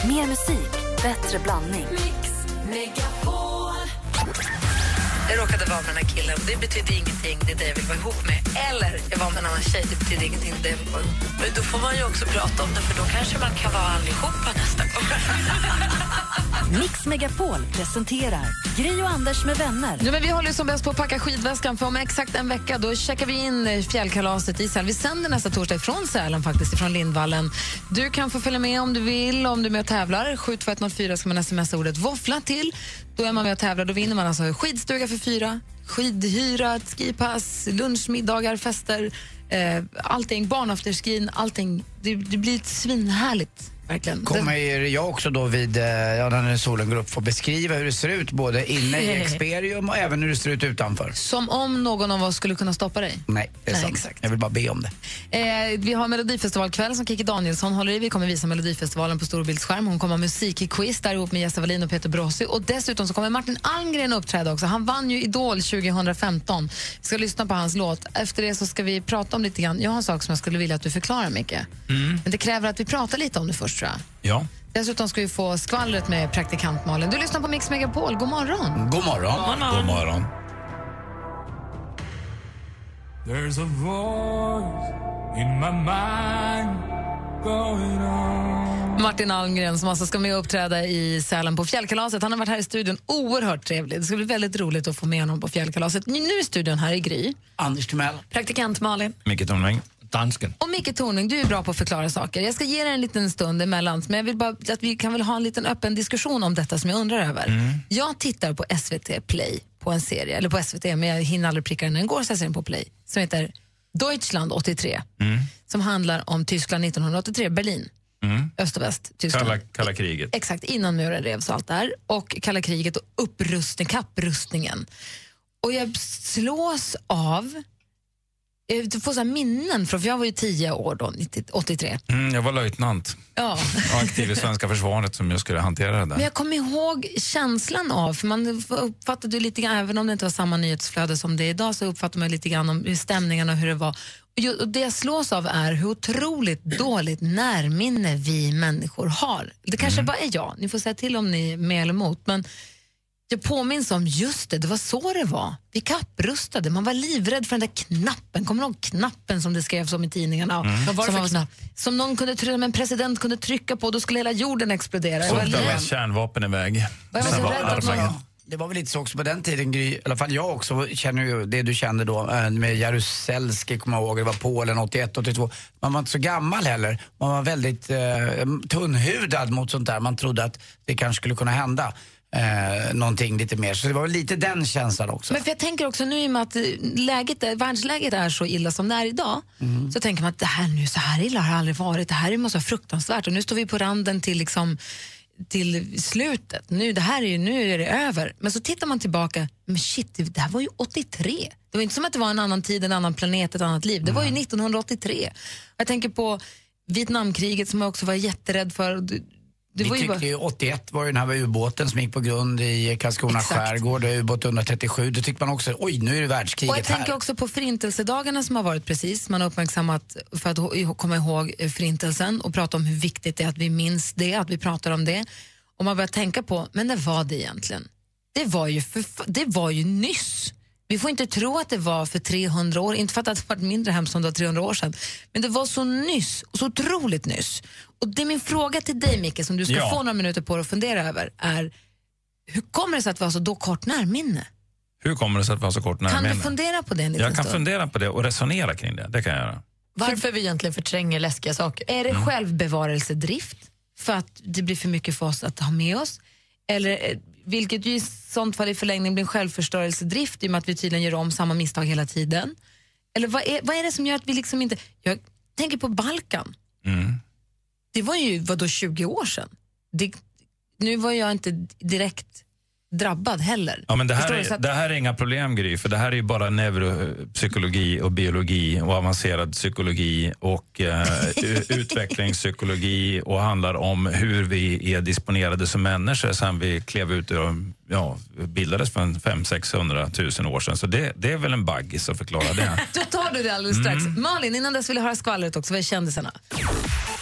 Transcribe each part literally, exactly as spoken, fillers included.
Mer musik, bättre blandning. Mix Megapol. Jag råkade vara med den här killen. Det betyder ingenting, det är det jag vill vara ihop med. Eller jag var med en annan tjej, det betyder ingenting, det jag vill vara ihop med. Men då får man ju också prata om det, för då kanske man kan vara allihopa nästa gång. Mix Megapol presenterar Gry och Anders med vänner. Ja, men vi håller som bäst på att packa skidväskan, för om exakt en vecka då checkar vi in fjällkalaset i Sälen. Vi sänder nästa torsdag ifrån Sälen, faktiskt ifrån Lindvallen. Du kan få följa med om du vill, om du är med och tävlar. sju två ett noll fyra ska man smsa ordet våffla till. Då är man med och tävlar, då vinner man alltså skidstuga för fyra, skidhyra, skipass, lunchmiddagar, fester, eh, allting, barnafterskin, allting. Det, det blir ett svinhärligt. Verkligen. Kommer jag också då vid, ja, när solen går upp, få beskriva hur det ser ut både inne i Experium och även hur det ser ut utanför. Som om någon av oss skulle kunna stoppa dig. Nej, det är Nej, sant. exakt. Jag vill bara be om det. Eh, vi har Melodifestivalkväll som Kiki Danielsson håller i. Vi kommer visa Melodifestivalen på storbildsskärm. Hon kommer ha musikquiz där ihop med Jessa Wallin och Peter Brossi. Och dessutom så kommer Martin Almgren uppträda också. Han vann ju Idol tjugo femton. Vi ska lyssna på hans låt. Efter det så ska vi prata om lite grann. Jag har en sak som jag skulle vilja att du förklarar, Micke. Mm. Men det kräver att vi pratar lite om det först, tror jag. Ja. Dessutom ska vi få skvallret med praktikant Malin. Du lyssnar på Mix Megapol. God morgon. God morgon. God morgon. God morgon. There's a voice in my mind going on. Martin Almgren som alltså ska med och uppträda i Sälen på fjällkalaset. Han har varit här i studion, oerhört trevlig. Det ska bli väldigt roligt att få med honom på fjällkalaset. Nu är studion här i Gry. Anders Timell. Praktikant Malin. Micke Tornving. Dansken. Och Micke Tornving, du är bra på att förklara saker. Jag ska ge dig en liten stund emellan, men jag vill bara att vi kan väl ha en liten öppen diskussion om detta som jag undrar över. Mm. Jag tittar på S V T Play på en serie, eller på S V T, men jag hinner aldrig pricka den. Den går, så jag ser den på Play, som heter Deutschland åttiotre. Mm. Som handlar om Tyskland nittonhundraåttiotre, Berlin. Mm. Öst och väst, Tyskland. Kalla, kalla kriget. Exakt, innan muren revs och allt där. Och kalla kriget och upprustning, kapprustningen. Och jag slås av... Du får så här minnen från, för jag var ju tio år då, åttiotre. Mm, jag var löjtnant. Ja. Och aktiv i svenska försvaret som jag skulle hantera det där. Men jag kommer ihåg känslan av, för man uppfattade ju lite grann, även om det inte var samma nyhetsflöde som det är idag, så uppfattade man lite grann om stämningen och hur det var. Och det jag slås av är hur otroligt dåligt närminne vi människor har. Det kanske mm. bara är jag, ni får säga till om ni är med eller emot, men jag påminns om just det, det var så det var. Vi kapprustade, man var livrädd för den där knappen. Kommer du ihåg knappen som det skrevs om i tidningarna? Mm. Som, var knapp? Som någon kunde trycka, men president kunde trycka på, då skulle hela jorden explodera. Så det var kärnvapen iväg. Var jag var så rädd att man... Det var väl lite så också på den tiden, Gry, i alla fall jag också känner ju det du kände då med Jaruzelski, kommer jag ihåg, det var Polen åttioett åttiotvå. Man var inte så gammal heller, man var väldigt eh, tunnhudad mot sånt där, man trodde att det kanske skulle kunna hända. Eh, någonting lite mer, så det var väl lite den känslan också. Men för jag tänker också nu i och med att läget, världsläget är så illa som det är idag, mm. så tänker man att det här nu, så här illa har det aldrig varit, det här måste vara fruktansvärt och nu står vi på randen till liksom till slutet, nu, det här är ju, nu är det över. Men så tittar man tillbaka, men shit, det här var ju åttiotre. Det var inte som att det var en annan tid, en annan planet, ett annat liv. Det var ju nittonhundraåttiotre. Jag tänker på Vietnamkriget som jag också var jätterädd för. Det Vi var ju tyckte bara... ju åttioett var ju den här ubåten som gick på grund i Karlskrona Exakt. skärgård, ubåt etthundratrettiosju. Då tyckte man också, oj, nu är det världskriget här. Och jag tänker här. också på förintelsedagarna som har varit precis. Man har uppmärksammat för att komma ihåg förintelsen och prata om hur viktigt det är att vi minns det, att vi pratar om det. Och man börjar tänka på, men det var det egentligen. Det var ju, för, det var ju nyss. Vi får inte tro att det var för trehundra år, inte för att det hade varit mindre hemskt som det var trehundra år sedan. Men det var så nyss, så otroligt nyss. Och det är min fråga till dig, Micke, som du ska ja. få några minuter på att fundera över, är hur kommer det sig att vi har så då kort närminne? Hur kommer det sig att vi har så kort närminne? Kan du fundera på det en liten Jag kan stund? fundera på det och resonera kring det, det kan jag göra. Varför vi egentligen förtränger läskiga saker? Är det mm. självbevarelsedrift? För att det blir för mycket för oss att ha med oss? Eller, vilket ju i sånt fall i förlängning blir en självförstörelsedrift i och med att vi tydligen gör om samma misstag hela tiden? Eller vad är, vad är det som gör att vi liksom inte... Jag tänker på Balkan. Mm. Det var ju, vad då, tjugo år sedan? Det, nu var jag inte direkt drabbad heller. Ja, men det här, är, att... det här är inga problem, Gry, för det här är ju bara neuropsykologi och biologi och avancerad psykologi och eh, utvecklingspsykologi och handlar om hur vi är disponerade som människor sen vi klev ut och ja, bildades för fem sexhundra tusen år sedan. Så det, det är väl en baggis att förklara det. Då tar du det alldeles strax. Mm. Malin, innan dess vill jag höra skvallret också. Vad är kändisarna?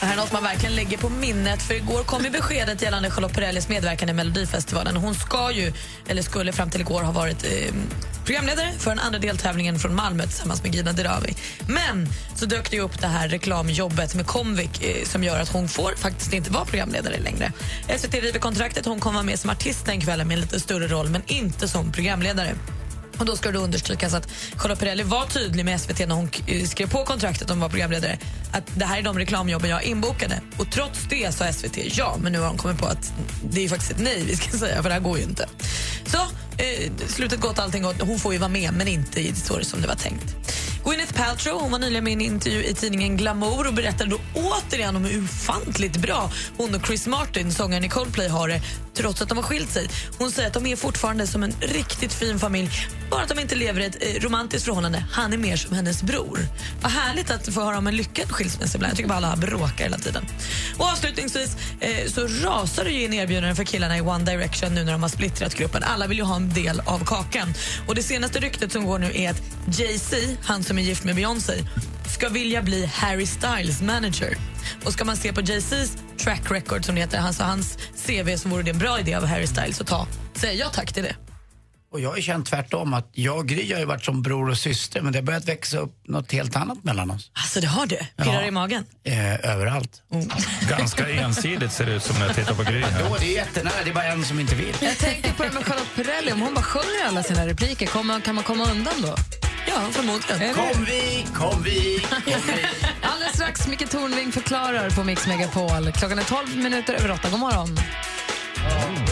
Det här är något man verkligen lägger på minnet, för igår kom ju beskedet gällande Charlotte Perrellis medverkan i Melodifestivalen. Hon ska ju, eller skulle fram till igår ha varit eh, programledare för den andra deltävlingen från Malmö tillsammans med Gina Dirawi. Men så dök det upp det här reklamjobbet med Comvik eh, som gör att hon får faktiskt inte vara programledare längre. S V T river kontraktet, hon kommer vara med som artist den kvällen med en lite större roll, men inte som programledare. Och då ska det understrykas att Charlotte Perrelli var tydlig med S V T när hon skrev på kontraktet om att vara programledare att det här är de reklamjobben jag inbokade. Och trots det sa S V T ja, men nu har de kommit på att det är faktiskt ett nej vi ska säga, för det här går ju inte. Så, eh, slutet gott, allting gott. Hon får ju vara med, men inte i det som det var tänkt. Gwyneth Paltrow, hon var nyligen med i en intervju i tidningen Glamour och berättade då återigen om hur ofantligt bra hon och Chris Martin, sångaren i Coldplay, har det trots att de har skilt sig. Hon säger att de är fortfarande som en riktigt fin familj, bara att de inte lever i ett eh, romantiskt förhållande. Han är mer som hennes bror. Vad härligt att få höra om en lyckad skilsmässa ibland. Jag tycker bara alla bråkar hela tiden. Och avslutningsvis eh, så rasar det ju in erbjudanden för killarna i One Direction nu när de har splittrat gruppen. Alla vill ju ha en del av kakan. Och det senaste ryktet som går nu är att Jay-Z, han som är gift med Beyoncé, ska vilja bli Harry Styles manager. Och ska man se på Jay-Z's track record, som det heter, alltså hans C V, så vore det en bra idé av Harry Styles att ta. Säger jag tack till det. Och jag har ju känt tvärtom att jag och Gry har ju varit som bror och syster, men det har börjat växa upp något helt annat mellan oss. Alltså det har det? Pirrar ja. i magen? Eh, överallt. Mm. Ganska ensidigt ser det ut som när jag tittar på Gry här. Jo, det är jättenära, det är bara en som inte vill. Jag tänkte på det med Charlotte Perrelli, om hon bara sjunger alla sina repliker, kan man, kan man komma undan då? Ja, förmodligen. Kom vi, kom vi, kom vi. Alldeles strax, Micke Tornving förklarar på Mix Megapol. Klockan är tolv minuter över åtta. God morgon. Mm.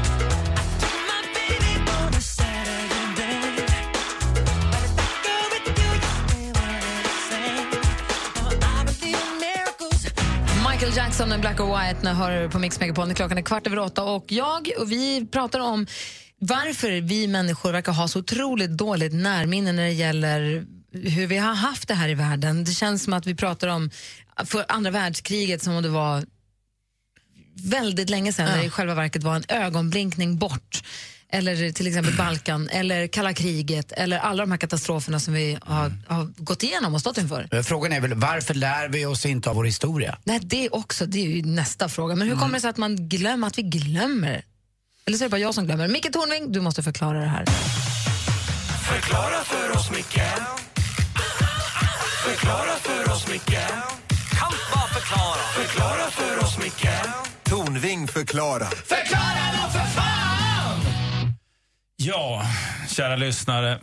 Michael Jackson och Black or White när hör på Mix Megapol. Klockan är kvart över åtta och jag och vi pratar om varför vi människor verkar ha så otroligt dåligt närminne när det gäller hur vi har haft det här i världen. Det känns som att vi pratar om för andra världskriget som om det var väldigt länge sedan, ja. Där det i själva verket var en ögonblinkning bort. Eller till exempel Balkan, eller kalla kriget, eller alla de här katastroferna som vi har, har gått igenom och stått inför. Frågan är väl, varför lär vi oss inte av vår historia? Nej, det också, det är ju nästa fråga. Men hur kommer det sig att man glömmer, att vi glömmer? Eller så är det bara jag som glömmer. Micke Tornving, du måste förklara det här. Förklara för oss, Micke. Förklara för oss, Micke. Kan bara förklara. Förklara för oss, Micke. Tornving förklara. Förklara då för fan! Ja, kära lyssnare.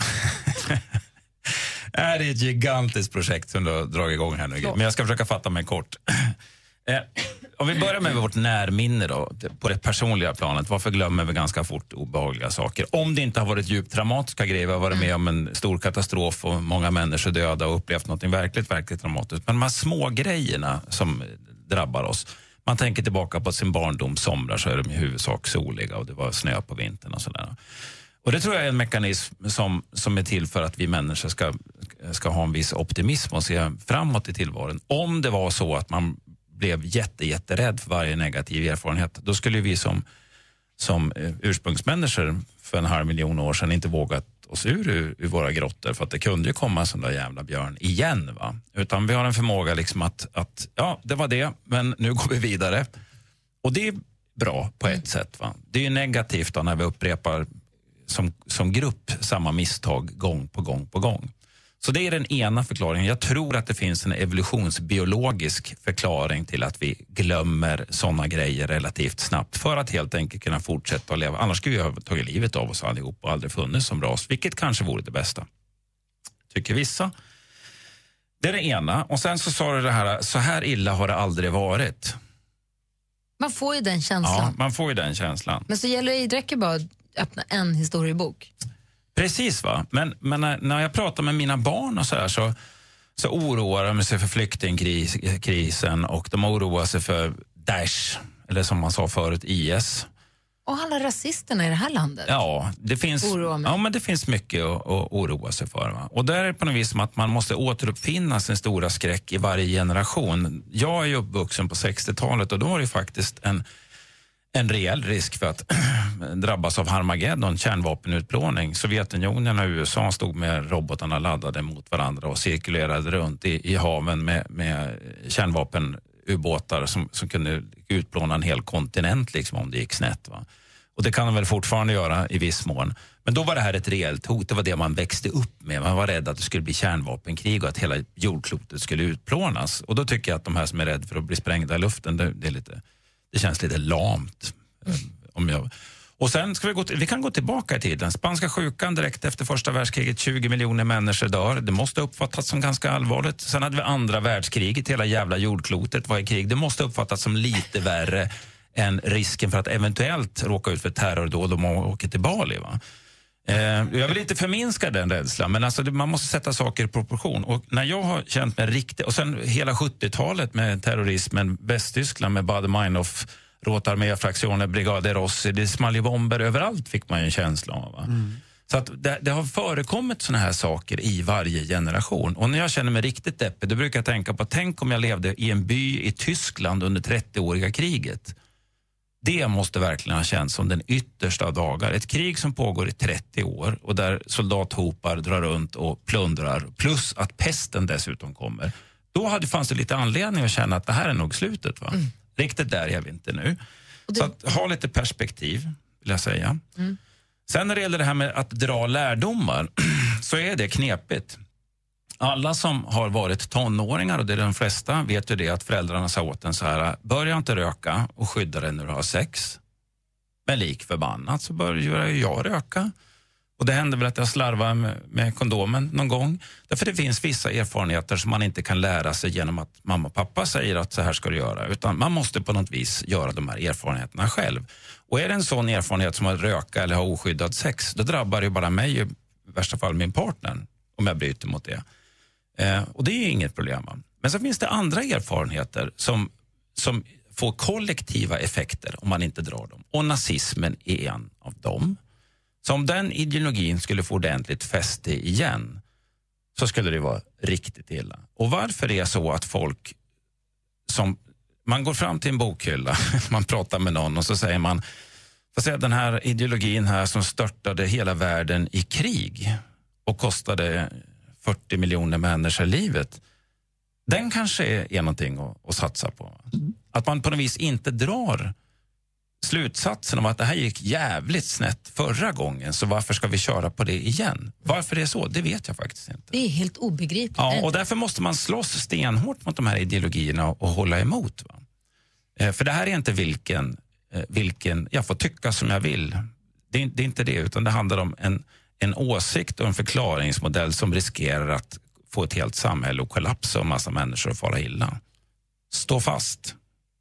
Är det ett gigantiskt projekt som du har dragit igång här nu? Men jag ska försöka fatta mig kort. Eh, om vi börjar med vårt närminne då, på det personliga planet. Varför glömmer vi ganska fort obehagliga saker? Om det inte har varit djupt dramatiska grejer, vi har varit med om en stor katastrof och många människor döda och upplevt något verkligt, verkligt dramatiskt. Men de här små grejerna som drabbar oss. Man tänker tillbaka på sin barndom, somrar så är de i huvudsak soliga och det var snö på vintern och sådär. Och det tror jag är en mekanism som, som är till för att vi människor ska, ska ha en viss optimism och se framåt i tillvaron. Om det var så att man blev jätte, jätterädd för varje negativ erfarenhet, då skulle vi som, som ursprungsmänniskor för en halv miljon år sedan inte vågat oss ur, ur, ur våra grottor, för att det kunde ju komma en sån där jävla björn igen, va? Utan vi har en förmåga liksom att, att ja, det var det, men nu går vi vidare. Och det är bra på ett mm. sätt, va? Det är ju negativt då när vi upprepar som, som grupp samma misstag gång på gång på gång. Så det är den ena förklaringen. Jag tror att det finns en evolutionsbiologisk förklaring till att vi glömmer såna grejer relativt snabbt för att helt enkelt kunna fortsätta att leva. Annars skulle vi ha tagit livet av oss allihop och aldrig funnits som ras, vilket kanske vore det bästa. Tycker vissa. Det är det ena. Och sen så sa du det här, så här illa har det aldrig varit. Man får ju den känslan. Ja, man får ju den känslan. Men så gäller det, det räcker bara att öppna en historiebok. Precis, va? Men, men när, när jag pratar med mina barn och så här så, så oroar de sig för flyktingkrisen och de oroar sig för Daesh, eller som man sa förut, I S. Och alla rasisterna i det här landet. Ja, det finns, ja men det finns mycket att, att oroa sig för. Va? Och där är det på något vis som att man måste återuppfinna sin stora skräck i varje generation. Jag är ju uppvuxen på sextiotalet och då var det faktiskt en En rejäl risk för att drabbas av Harmageddon, kärnvapenutplåning. Sovjetunionen och U S A stod med robotarna laddade mot varandra och cirkulerade runt i, i haven med, med kärnvapen ubåtar som, som kunde utplåna en hel kontinent liksom, om det gick snett. Va? Och det kan de väl fortfarande göra i viss mån. Men då var det här ett reellt hot. Det var det man växte upp med. Man var rädd att det skulle bli kärnvapenkrig och att hela jordklotet skulle utplånas. Och då tycker jag att de här som är rädda för att bli sprängda i luften, det, det, är lite, det känns lite lamt. Mm. Om jag... Och sen ska vi gå till, vi kan gå tillbaka i tiden. Spanska sjukan direkt efter första världskriget, tjugo miljoner människor dör. Det måste uppfattas som ganska allvarligt. Sen hade vi andra världskriget, hela jävla jordklotet var i krig. Det måste uppfattas som lite värre än risken för att eventuellt råka ut för terrordåd om man åker till Bali. Va? Eh, jag vill inte förminska den rädslan, men alltså, man måste sätta saker i proportion. Och när jag har känt mig riktigt, och sen hela sjuttiotalet med terrorismen, Västtyskland med Baader-Meinhof, Rotarmé-fraktioner, Brigade Rossi, det small ju bomber överallt, fick man ju en känsla av. Va? Mm. Så att det, det har förekommit såna här saker i varje generation. Och när jag känner mig riktigt deppig, då brukar jag tänka på, tänk om jag levde i en by i Tyskland under trettioåriga kriget. Det måste verkligen ha känts som den yttersta av dagar. Ett krig som pågår i trettio år och där soldathopar drar runt och plundrar, plus att pesten dessutom kommer. Då hade, fanns det lite anledning att känna att det här är nog slutet. Va? Mm. Riktigt där är vi inte nu. Det... Så att ha lite perspektiv, vill jag säga. Mm. Sen när det gäller det här med att dra lärdomar så är det knepigt. Alla som har varit tonåringar, och det är de flesta, vet ju det att föräldrarna sa åt en så här: börja inte röka och skydda dig när du har sex. Men lik förbannat så börjar jag röka. Och det händer väl att jag slarvar med, med kondomen någon gång. Därför det finns vissa erfarenheter som man inte kan lära sig genom att mamma och pappa säger att så här ska du göra. Utan man måste på något vis göra de här erfarenheterna själv. Och är det en sån erfarenhet som att röka eller ha oskyddad sex, då drabbar det ju bara mig, i värsta fall min partner, om jag bryter mot det. Eh, och det är inget problem. Men så finns det andra erfarenheter som, som får kollektiva effekter om man inte drar dem. Och nazismen är en av dem. Så om den ideologin skulle få ordentligt fäste igen, så skulle det vara riktigt illa. Och varför det är så att folk som, man går fram till en bokhylla, man pratar med någon och så säger man, så säga, den här ideologin här som störtade hela världen i krig och kostade fyrtio miljoner människor livet, den kanske är, är någonting att, att satsa på. Att man på något vis inte drar slutsatsen om att det här gick jävligt snett förra gången, så varför ska vi köra på det igen? Varför det är så, det vet jag faktiskt inte. Det är helt obegripligt. Ja, och därför måste man slåss stenhårt mot de här ideologierna och, och hålla emot. Va? Eh, för det här är inte vilken, eh, vilken, jag får tycka som jag vill. Det är, det är inte det, utan det handlar om en, en åsikt och en förklaringsmodell som riskerar att få ett helt samhälle att kollapsa och massa människor att fara illa. Stå fast.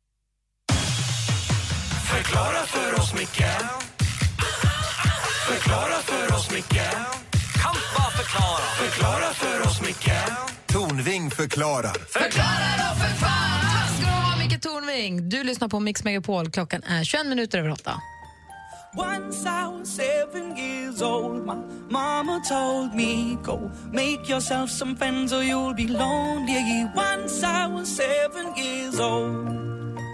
Förklara för oss, Micke. Förklara för oss, Micke. Kan bara förklara. Förklara för oss, Micke. Tornving förklarar. Förklara då för fan! Tack ska du ha, Micke Tornving. Du lyssnar på Mix Megapol. Klockan är tjugoett minuter över åtta. Once I was seven years old, my mama told me, go make yourself some friends or you'll be lonely. Once I was seven years old.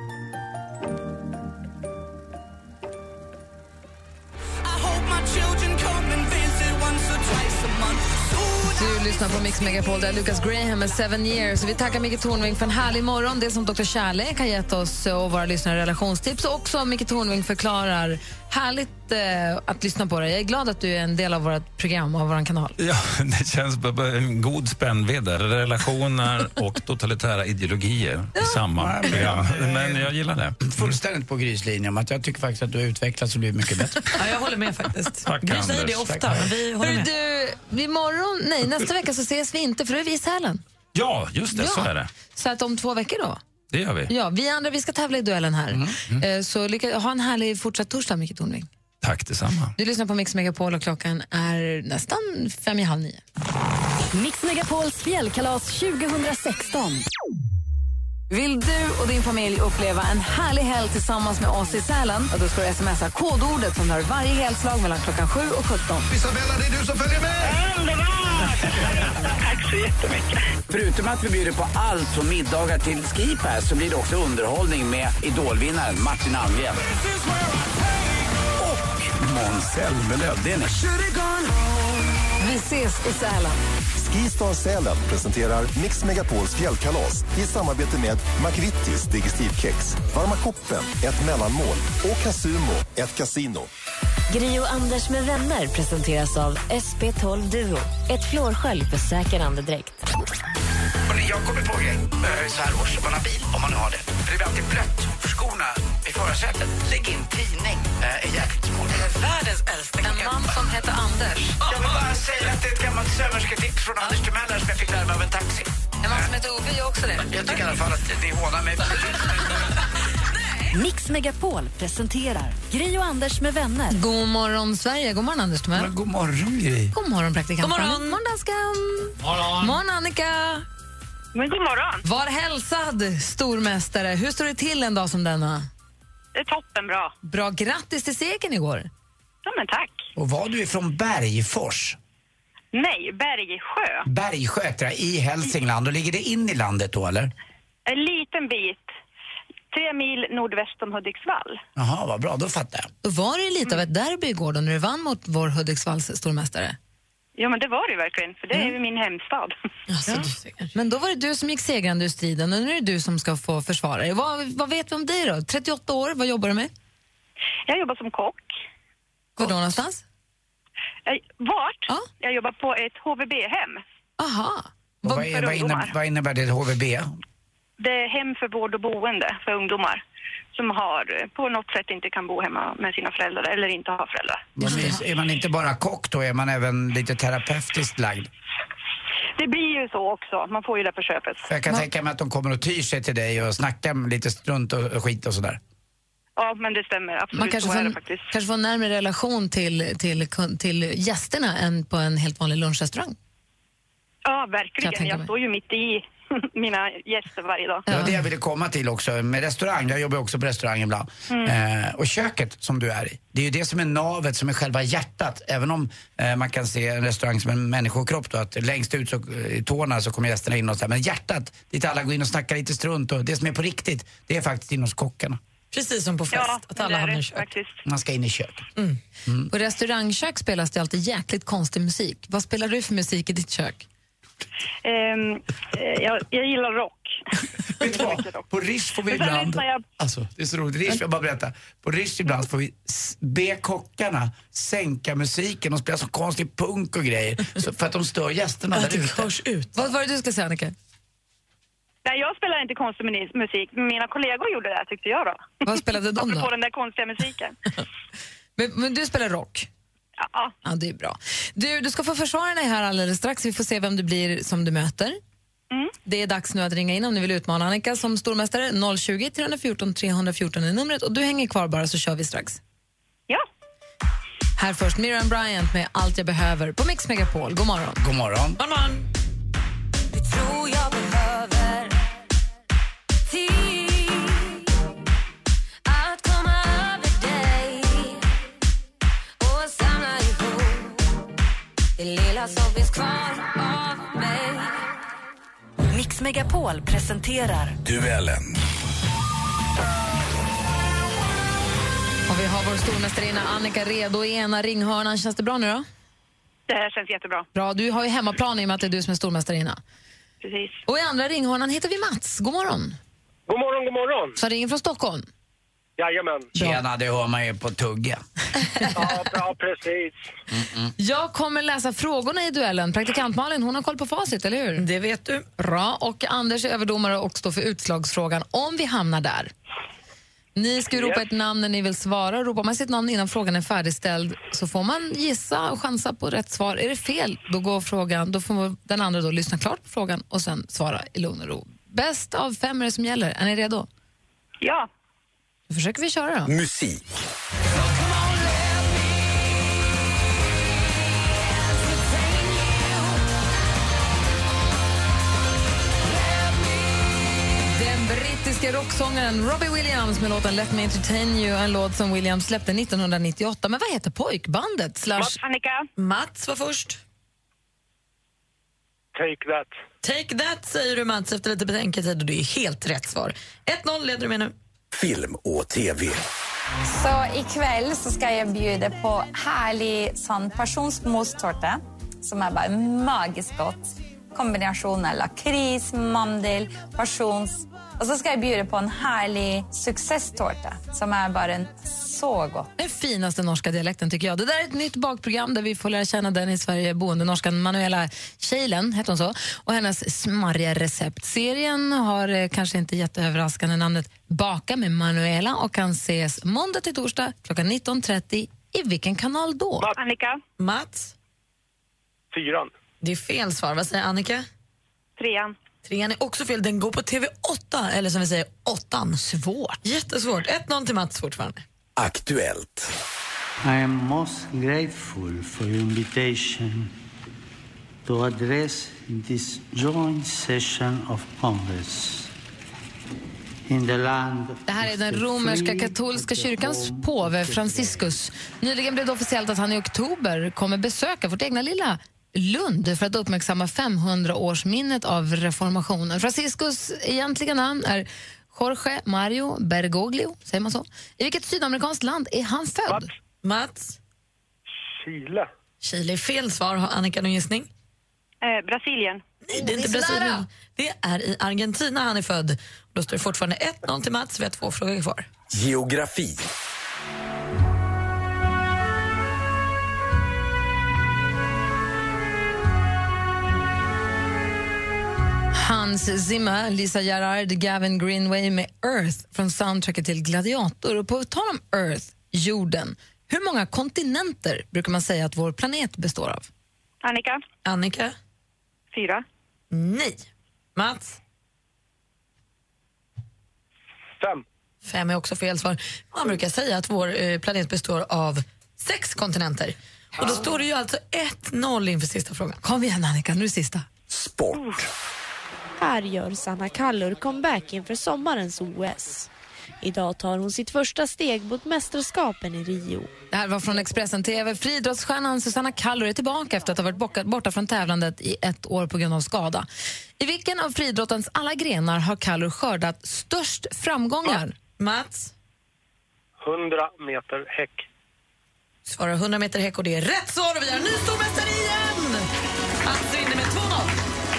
Du lyssnar på Mix Megapol, där Lucas Graham med Seven Years. Vi tackar Micke Tornving för en härlig morgon. Det som doktor Kärlek har gett oss och våra lyssnare relationstips. Och också Micke Tornving förklarar. Härligt eh, att lyssna på dig. Jag är glad att du är en del av vårt program och vår kanal. Ja, det känns en god spännvidd där. Relationer och totalitära ideologier ja. i samma program. Men jag gillar det. Fullständigt på Grys linje om att jag tycker faktiskt att du har utvecklats och blivit mycket bättre. Ja, jag håller med faktiskt. Tack, Gry säger det ofta, Tack. men vi håller med. Du, imorgon, nej, nästa vecka så ses vi inte, för då är vi i Sälen. Ja, just det, ja. så är det. Så att om två veckor då? Det gör vi. Ja, vi andra, vi ska tävla i duellen här. Mm. Mm. Så lycka, ha en härlig fortsatt torsdag, Micke Tornving. Tack detsamma. Du lyssnar på Mix Megapol och klockan är nästan fem i halv nio. Mix Megapols fjällkalas tjugohundrasexton. Vill du och din familj uppleva en härlig helg tillsammans med oss i Sälen? Och då ska du smsa kodordet som hör varje helslag mellan klockan sju och sjutton. Isabella, det är du som följer med! Tack så jättemycket. Förutom att vi bjuder på allt från middagar till skipass så blir det också underhållning med idolvinnaren Martin Almgren. Och Måns Zelmerlöw. Det är ni. Vi ses i Sälen. Skistar Sälen presenterar Mix Megapols fjällkalas i samarbete med McVittys digestivkex, Varma koppen, ett mellanmål och Casumo, ett kasino. Gri och Anders med vänner presenteras av S P tolv Duo. Ett flårskölj för säker andedräkt. Jag kommer på grej så här års, om man har bil, om man nu har det. För det blir alltid blött för skorna i förarsätet. Lägg in tidning, är jäkligt smart. Det är världens äldsta. En man som heter Anders. Jag vill bara säga att det är ett gammalt sömmersketips från Anders Timell som jag fick lära mig av en taxi. En man som heter Ove gör också det. Jag tycker i alla fall att ni hånar mig. Mix Megapol presenterar Gri och Anders med vänner. God morgon Sverige, god morgon Anders Timell. God morgon Gri. God morgon praktikant. God morgon. God morgon danskan. Morgon. Morgon Annika. Men god morgon. Var hälsad stormästare. Hur står det till en dag som denna? Det är toppenbra. Bra, grattis till segern igår. Ja, men tack. Och var du ifrån Bergfors? Nej, Bergsjö. Bergsjö heter det, i Hälsingland. Och ligger det in i landet då, eller? En liten bit. Tre mil nordväst om Hudiksvall. Jaha, vad bra, då fattar jag. Då var det lite av ett derby igår då när du vann mot vår Hudiksvalls stormästare. Ja, men det var det verkligen. För det är ju min hemstad. Alltså, ja. Men då var det du som gick segrande ur striden och nu är det du som ska få försvara dig. Vad, vad vet vi om dig då? trettioåtta år, vad jobbar du med? Jag jobbar som kock. Var då någonstans? Jag, vart? Ja. Jag jobbar på ett H V B-hem. Aha. Vad, vad, är, vad, innebär, vad innebär det H V B? Det är hem för vård och boende för ungdomar som har på något sätt inte kan bo hemma med sina föräldrar eller inte har föräldrar. Men är, är man inte bara kock då? Är man även lite terapeutiskt lagd? Det blir ju så också. Man får ju det på köpet. För jag kan man... tänka mig att de kommer och tyr sig till dig och snackar lite strunt och skit och sådär. Ja, men det stämmer. Absolut. Man kanske får, en, kanske får en närmare relation till, till, till gästerna än på en helt vanlig lunchrestaurang. Ja, verkligen. Jag, jag står ju mitt i mina gäster varje dag. Det var det jag ville komma till också med restaurang. Jag jobbar också på restaurang ibland. Mm. Eh, och köket som du är i, det är ju det som är navet, som är själva hjärtat. Även om eh, man kan se en restaurang som en människokropp då, att längst ut så, i tårna så kommer gästerna in och så här. Men hjärtat, dit alla går in och snackar lite strunt och det som är på riktigt, det är faktiskt in hos kockarna. Precis som på fest, ja, att alla hamnar i köket. Man ska in i köket. Mm. Mm. På restaurangkök spelas det alltid jäkligt konstig musik. Vad spelar du för musik i ditt kök? Um, jag, jag gillar rock. Vet du vad? På Rish får vi ibland... Jag... Alltså, det är så roligt. Rish, jag bara berätta. På Rish ibland får vi be kockarna sänka musiken och spela så konstig punk och grejer. Så för att de stör gästerna ja, där ute. Hörs ut. Vad var det du ska säga, Annika? Nej, jag spelar inte konstig musik. Mina kollegor gjorde det, tyckte jag då. Vad spelade de då? På den där konstiga musiken. men, men du spelar rock? Ja. Ja, det är bra. Du, du ska få försvara dig här alldeles strax. Vi får se vem det blir som du möter. Mm. Det är dags nu att ringa in om ni vill utmana Annika som stormästare. noll tjugo, tre fjorton, tre fjorton är numret och du hänger kvar bara så kör vi strax. Ja. Här först Miriam Bryant med Allt jag behöver på Mix Megapol. God morgon. God morgon. God morgon. Det tror jag behöver tid att komma över dig och samla ihop det lilla som finns kvar av mig. Mix Megapol presenterar Duellen. Och vi har vår stormästarinna Annika redo i ena ringhörnan. Känns det bra nu då? Det här känns jättebra. Bra, du har ju hemmaplan i och med att det är du som är stormästarinna. Precis. Och i andra ringhörnan hittar vi Mats. God morgon. God morgon, god morgon. Så ringer från Stockholm? Jajamän. Tjena, det hör man ju på tugga. Ja, bra, precis. Mm-mm. Jag kommer läsa frågorna i duellen. Praktikant Malin, hon har koll på facit, eller hur? Det vet du. Bra, och Anders är överdomare och står för utslagsfrågan om vi hamnar där. Ni ska ju ropa ett namn när ni vill svara. Ropar man sitt namn innan frågan är färdigställd så får man gissa och chansa på rätt svar. Är det fel, då går frågan, då får den andra då lyssna klart på frågan och sen svara i lugn och ro. Bäst av fem är det som gäller. Är ni redo? Ja. Då försöker vi köra då. Musik. Den brittiska rocksångaren Robbie Williams med låten Let Me Entertain You, en låt som Williams släppte nittonhundranittioåtta. Men vad heter pojkbandet? Slash... Mats, Annika. Mats var först. Take that. Take that säger du Mats efter lite betänketid och det är helt rätt svar. ett noll leder du med nu. Film och tv. Så ikväll så ska jag bjuda på härlig sån passionsmostårta som är bara magiskt gott. Kombinationen lakrits, mandel, passions. Och så ska jag bjuda på en härlig successtårta som är bara en så gott. Den finaste norska dialekten tycker jag. Det där är ett nytt bakprogram där vi får lära känna den i Sverige boende norskan Manuela Kjeilen, heter hon så, och hennes smarriga recept. Serien har eh, kanske inte jätteöverraskande namnet Baka med Manuela och kan ses måndag till torsdag klockan nitton trettio. I vilken kanal då? Mats. Annika. Mats? Fyran. Det är fel svar. Vad säger Annika? Trean. Trean är också fel. Den går på T V åtta, eller som vi säger, åttan. Svårt. Jättesvårt. ett noll till Mats fortfarande. Aktuellt. I am most grateful for your invitation to address this joint session of Congress. In the land Det här är den romerska katolska kyrkans påve Franciscus. Nyligen blev det officiellt att han i oktober kommer besöka vårt egna lilla Lund för att uppmärksamma femhundraårsminnet av reformationen. Franciscus egentliga namn är Jorge Mario Bergoglio, säger man så. I vilket sydamerikanskt land är han född? Mats. Mats? Chile. Chile är fel svar. Har Annika någon gissning? Eh, Brasilien. Nej, det är inte Brasilien. Det är i Argentina han är född. Då står det fortfarande ett noll till Mats. Vi har två frågor kvar. Geografi. Hans Zimmer, Lisa Gerard, Gavin Greenway med Earth från soundtracket till Gladiator. Och på tal om Earth, jorden, hur många kontinenter brukar man säga att vår planet består av? Annika. Annika? Fyra. Nej. Mats? Fem. Fem är också fel svar. Man brukar säga att vår eh, planet består av sex kontinenter. Och då står det ju alltså ett noll inför sista frågan. Kom igen Annika, nu är det sista. Sport. Här gör Sanna Kallur comeback inför sommarens O S. Idag tar hon sitt första steg mot mästerskapen i Rio. Det här var från Expressen T V. Friidrottsstjärnan Susanna Kallur är tillbaka efter att ha varit borta från tävlandet i ett år på grund av skada. I vilken av friidrottens alla grenar har Kallur skördat störst framgångar? Mats? hundra meter häck. Svarar hundra meter häck och det är rätt svar och vi har en ny stormästare igen! Mats vinner med två noll.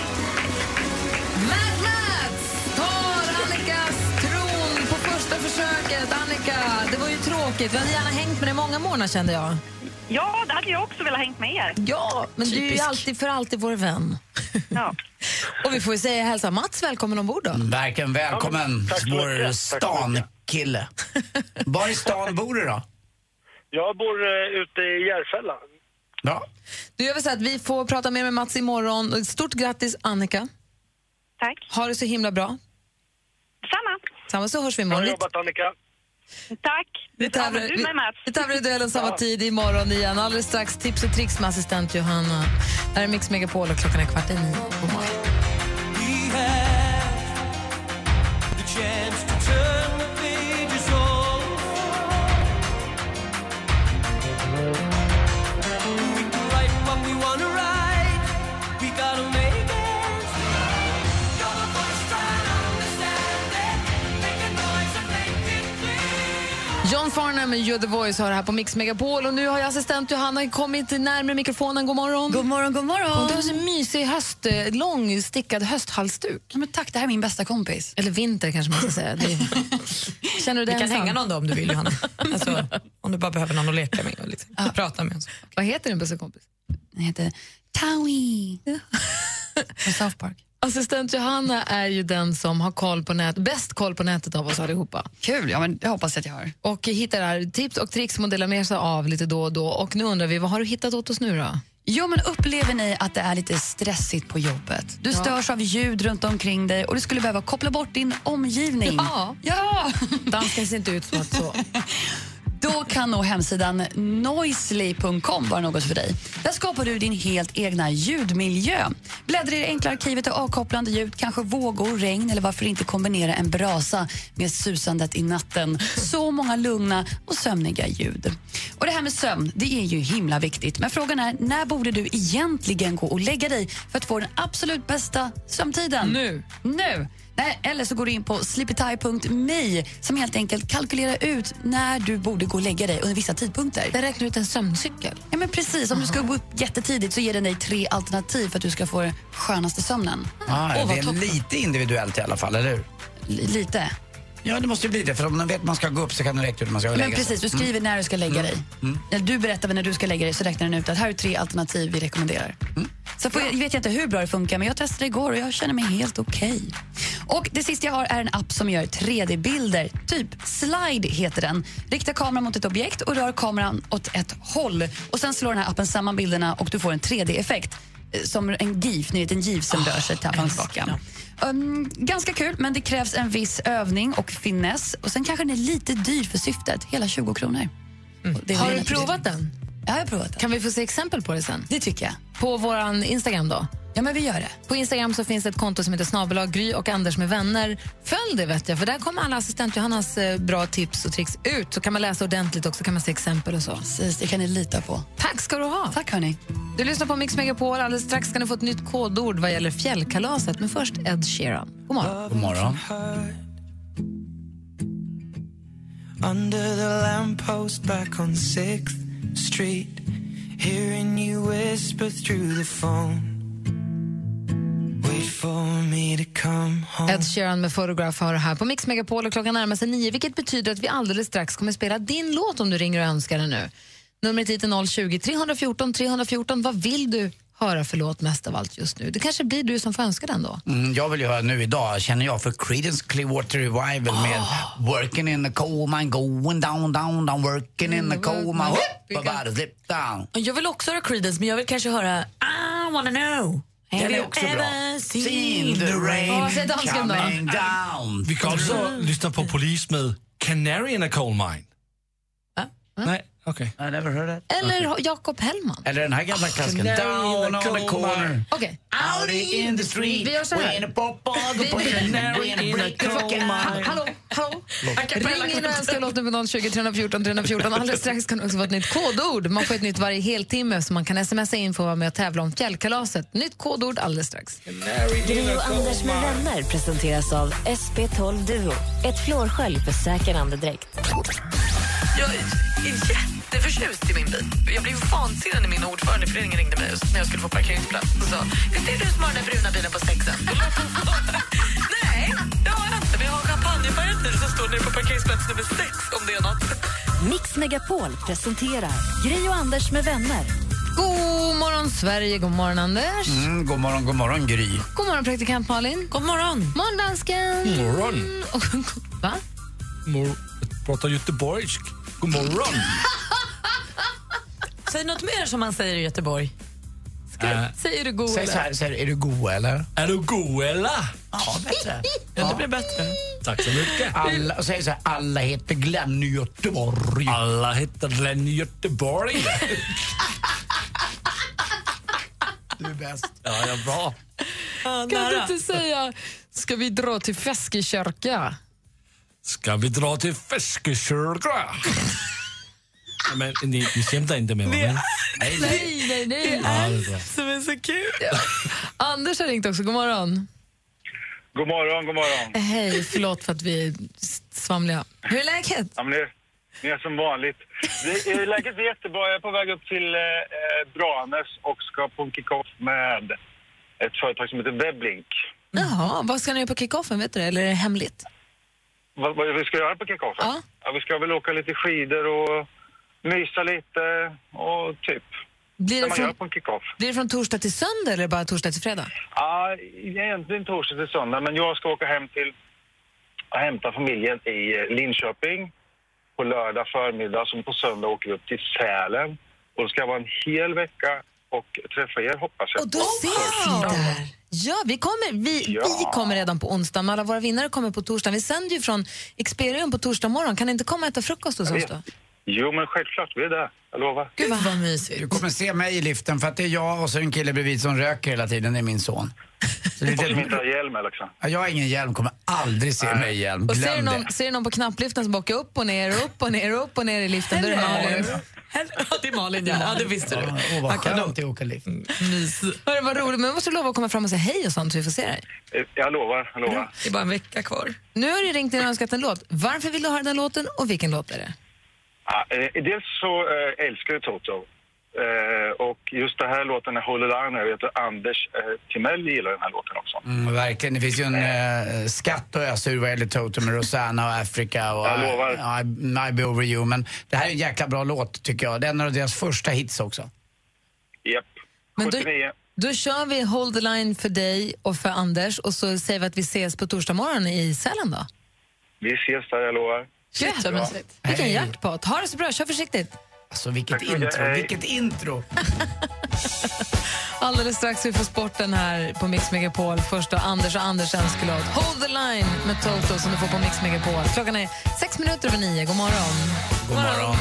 Mad Mats tar Annikas tron på första försöket. Annika, det var ju tråkigt. Vi hade gärna hängt med dig många månader kände jag. Ja, det hade jag också velat hängt med er. Ja, men Typisk. Du är ju alltid för alltid vår vän. Ja. Och vi får ju säga hälsa Mats välkommen ombord då. Verkligen välkommen, ja, vår stankille. Var i stan bor du då? Jag bor uh, ute i Järfälla. Ja. Du gör väl så att vi får prata mer med Mats imorgon. Stort grattis Annika. Tack. Ha det så himla bra. Samma. Samma så hörs vi imorgon. Bra jobbat Annika. Tack. Vi tävlar, du med Mats. Vi tävlar i duellen samma ja. tid imorgon igen. Alldeles strax tips och tricks med assistent Johanna. Där är Mix Megapol och klockan är kvart i nio. God morgon. John Farnham med You're the Voice har det här på Mix Megapol och nu har jag assistent Johanna kommit närmare mikrofonen. God morgon. God morgon, god morgon. Du har så mysig höst, lång stickad hösthalsduk. Ja, men tack, det här är min bästa kompis. Eller vinter kanske man ska säga. Det är... Känner du det? Vi kan ensam? hänga någon då om du vill Johanna. Alltså, om du bara behöver någon att leka med och liksom, ja. prata med. Vad heter din bästa kompis? Den heter Towie. Från South Park. Assistent Johanna är ju den som har koll på nät, bäst koll på nätet av oss allihopa. Kul, ja men det hoppas jag att jag har. Och hittar här tips och tricks som delar med sig av lite då och då. Och nu undrar vi, vad har du hittat åt oss nu då? Jo, men upplever ni att det är lite stressigt på jobbet? Du ja. störs av ljud runt omkring dig och du skulle behöva koppla bort din omgivning. Ja, ja. Dansken ser inte ut som att så. Då kan nog hemsidan noisely punkt com vara något för dig. Där skapar du din helt egna ljudmiljö. Bläddra i det enkla arkivet och avkopplande ljud, kanske vågor, regn eller varför inte kombinera en brasa med susandet i natten. Så många lugna och sömniga ljud. Och det här med sömn, det är ju himla viktigt. Men frågan är, när borde du egentligen gå och lägga dig för att få den absolut bästa sömntiden? Nu. Nu. Nej, eller så går du in på sleepytime punkt me som helt enkelt kalkylerar ut när du borde gå och lägga dig under vissa tidpunkter. Det räknar ut en sömncykel. Ja, men precis. Om Aha. du ska gå upp jättetidigt så ger den dig tre alternativ för att du ska få den skönaste sömnen. Ah, oh, det är lite individuellt i alla fall, eller hur? L- lite. Ja, det måste ju bli det. För om man vet att man ska gå upp så kan det räkna ut hur man ska lägga sig. Men precis, du skriver mm. när du ska lägga dig. Mm. När du berättar när du ska lägga dig så räknar den ut att här är tre alternativ vi rekommenderar. Mm. Så får jag, jag vet inte hur bra det funkar, men jag testade igår och jag känner mig helt okej. Okay. Och det sista jag har är en app som gör tre D-bilder. Typ Slide heter den. Rikta kameran mot ett objekt och rör kameran åt ett håll. Och sen slår den här appen samman bilderna och du får en tre D-effekt. Som en GIF, ni vet en GIF som oh, rör sig till fram och tillbaka. Um, ganska kul, men det krävs en viss övning och finess. Och sen kanske den är lite dyr för syftet. Hela tjugo kronor. Mm. Har du provat den? Ja, jag har provat den. Kan vi få se exempel på det sen? Det tycker jag. På våran Instagram då? Ja, men vi gör det. På Instagram så finns det ett konto som heter snabelag Gry och Anders med vänner. Följ det, vet jag, för där kommer alla assistent Johannas eh, bra tips och tricks ut. Så kan man läsa ordentligt också, kan man se exempel och så. Precis, det kan ni lita på. Tack ska du ha. Tack hörni. Du lyssnar på Mix Megapol. Alldeles strax ska ni få ett nytt kodord vad gäller fjällkalaset. Men först Ed Sheeran. God morgon. God morgon. Under the lamppost back on sixth Street, hearing you whisper through the phone. Ed Sheeran med Photograph har här på Mix Megapol och klockan närmar sig nio, vilket betyder att vi alldeles strax kommer spela din låt om du ringer och önskar den nu. Numret hit är noll tjugo, tre fjorton, tre fjorton. Vad vill du höra för låt mest av allt just nu? Det kanske blir du som får önska den då. Mm, jag vill ju höra nu idag, känner jag, för Creedence Clearwater Revival oh. med Working in the coal mine, going down, down, down, working in the coal mine, whoop, about slip down. Jag vill också höra Creedence, men jag vill kanske höra I wanna know. Den är också bra. Seen the rain oh, coming down. Vi kan också lyssna på Polis med Canary in a coal mine. Ah? Ah? Nej, okej. Okay. I never heard that. Eller okay. Jakob Hellman. Eller den här gamla klassiken. Down on the corner. Okej. Out in the street. Vi gör så här. Hallå, hallå. Ring in och önska låten på noll tjugo, tre fjorton, tre fjorton. Alldeles strax kan det också vara ett nytt kodord. Man får ett nytt varje heltimme så man kan smsa in för att vara med och tävla om fjällkalaset. Nytt kodord alldeles strax. Gry och Anders med vänner presenteras av S P tolv Duo. Ett flårskölj för säker andedräkt. Jag är jätteförtjust i min bil. Jag blev vansinnig när min ordförande i föreningen ringde mig när jag skulle få parkeringsplats och sa, visst är det du som har den bruna bilen på sexen? Nej, det har jag inte. Vi har en champagnefärgad bil som står nere på parkeringsplats nummer sex om det är något. Mix Megapol presenterar Gry och Anders med vänner. God morgon Sverige, god morgon Anders. Mm, god morgon, god morgon Gry. God morgon praktikant Malin. God morgon. Morgon dansken. God morgon. Va? Mor- jag pratar göteborgsk. God morgon. Säg något mer som man säger i Göteborg. Ska, äh, säger du god säg eller? Så här, säger, är du god eller? Är du god eller? Ja, bättre. Ja, det blir bättre. Tack så mycket. Alla, och säg så här, alla heter Glenn i Göteborg. Alla heter Glenn i Göteborg. Du är bäst. Ja, jag är bra. Kan du inte säga, ska vi dra till Feskekörka? Ska vi dra till Feskekörka? Men ni, ni skämtar inte med mig. Nej, nej, nej. nej. Det är ja, det som är så kul. Ja. Anders har ringt också, god morgon. God morgon, god morgon. Hej, förlåt för att vi är svamliga. Hur är läget? Ja, men det, det är som vanligt. Det, läget är jättebra. Jag är på väg upp till eh, Branäs och ska på en kick-off med ett företag som heter Weblink. Jaha, vad ska ni göra på kick-offen, vet du det? Eller är det hemligt? Vad, vad vi ska göra på kick-offen? Ja. Ja, vi ska väl åka lite skidor och mysa lite och typ. Blir det, från, på en kick-off. blir det från torsdag till söndag eller bara torsdag till fredag? Ja, egentligen torsdag till söndag. Men jag ska åka hem till och hämta familjen i Linköping på lördag förmiddag. Som på söndag åker vi upp till Sälen. Och det ska vara en hel vecka och träffa er, hoppas jag. Och då ses vi där. Ja, vi kommer, vi, ja. vi kommer redan på onsdag, men alla våra vinnare kommer på torsdag. Vi sänder ju från Experium på torsdag morgon. Kan ni inte komma och äta frukost hos oss då? Jo, men självklart, vi är där. Jag lovar. Gud vad mysigt. Du kommer se mig i liften för att det är jag och så en kille bredvid som röker hela tiden, det är min son. Så det är Och som lite... inte har hjälm, liksom. Ja, jag har ingen hjälm, kommer aldrig se mig i hjälm. Och ser du, Glöm någon, det. ser du någon på knappliften som åker upp och ner, upp och ner, upp och ner i liften, då är det Malin. Ja, det är Malin, ja. Ja, det visste du. Åh, vad Man kan skönt att åka lift. Mys. Hörru, vad roligt, men jag måste lova att komma fram och säga hej och sånt så vi får se dig. Eh, Jag lovar, jag lovar. Det är bara en vecka kvar. Nu har du ringt in och önskat en låt. Varför vill du höra den låten och vilken låt är det? Ja, eh, dels så eh, älskar jag Toto. Eh, och just den här låten är Hold the Line. Jag vet att Anders eh, Timell gillar den här låten också. Mm, verkligen, det finns ju en eh, skatt och ösa ur vad gäller Toto med Rosanna och Africa och Jag lovar. I, I Be Over You. Men det här är en jäkla bra låt tycker jag. Det är en av deras första hits också. Japp. Men då, sjuttionio. då kör vi Hold the Line för dig och för Anders och så säger vi att vi ses på torsdag morgon i Sälen då. Vi ses där, jag lovar. Shit, vad mysigt. Vilken Hej. jackpot. Ha det så bra, kör försiktigt. Alltså vilket Tack så mycket. intro, Hej. vilket intro! Alldeles strax vi får sporten här på Mix Megapol. Först då Anders och Anders önskelåt Hold the Line med Toto som du får på Mix Megapol. Klockan är sex minuter över nio. God morgon. God morgon.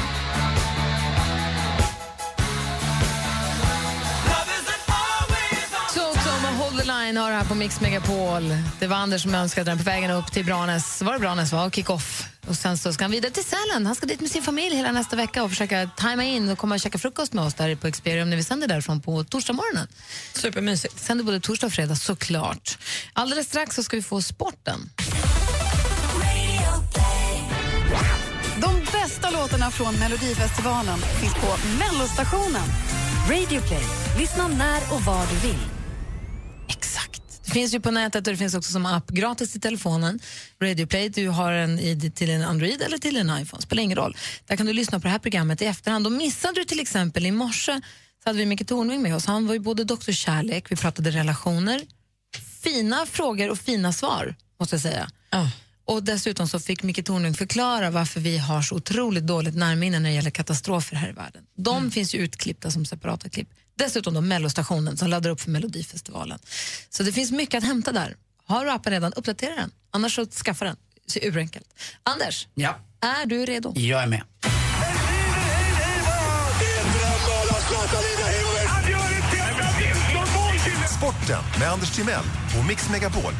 Toto med Hold the Line har det här på Mix Megapol. Det var Anders som önskade den på vägen upp till Branäs. Var det Branäs var? Kick-off. Och sen så ska han vidare till Sälen. Han ska dit med sin familj hela nästa vecka och försöka tajma in och komma och käka frukost med oss där på Experium när vi sänder därifrån på torsdag morgonen. Supermysigt. Sänder både torsdag och fredag såklart. Alldeles strax så ska vi få sporten. De bästa låtarna från Melodifestivalen finns på Mellostationen. Radio Play. Lyssna när och var du vill. Exakt. Det finns ju på nätet och det finns också som app gratis till telefonen. Radio Play, du har en i, till en Android eller till en iPhone, spelar ingen roll. Där kan du lyssna på det här programmet i efterhand. Och missade du till exempel i morse så hade vi Micke Tornving med oss. Han var ju både doktor Kärlek, vi pratade relationer, fina frågor och fina svar, måste jag säga. Oh. Och dessutom så fick Micke Tornving förklara varför vi har så otroligt dåligt närminne när det gäller katastrofer här i världen. De mm. finns ju utklippta som separata klipp. Dessutom då Mellostationen som laddar upp för Melodifestivalen. Så det finns mycket att hämta där. Har du appen redan, uppdatera den. Annars så skaffa den. Så urenkelt. Anders, ja. Är du redo? Jag är med. Sporten med Anders Timell och Mix Megapol.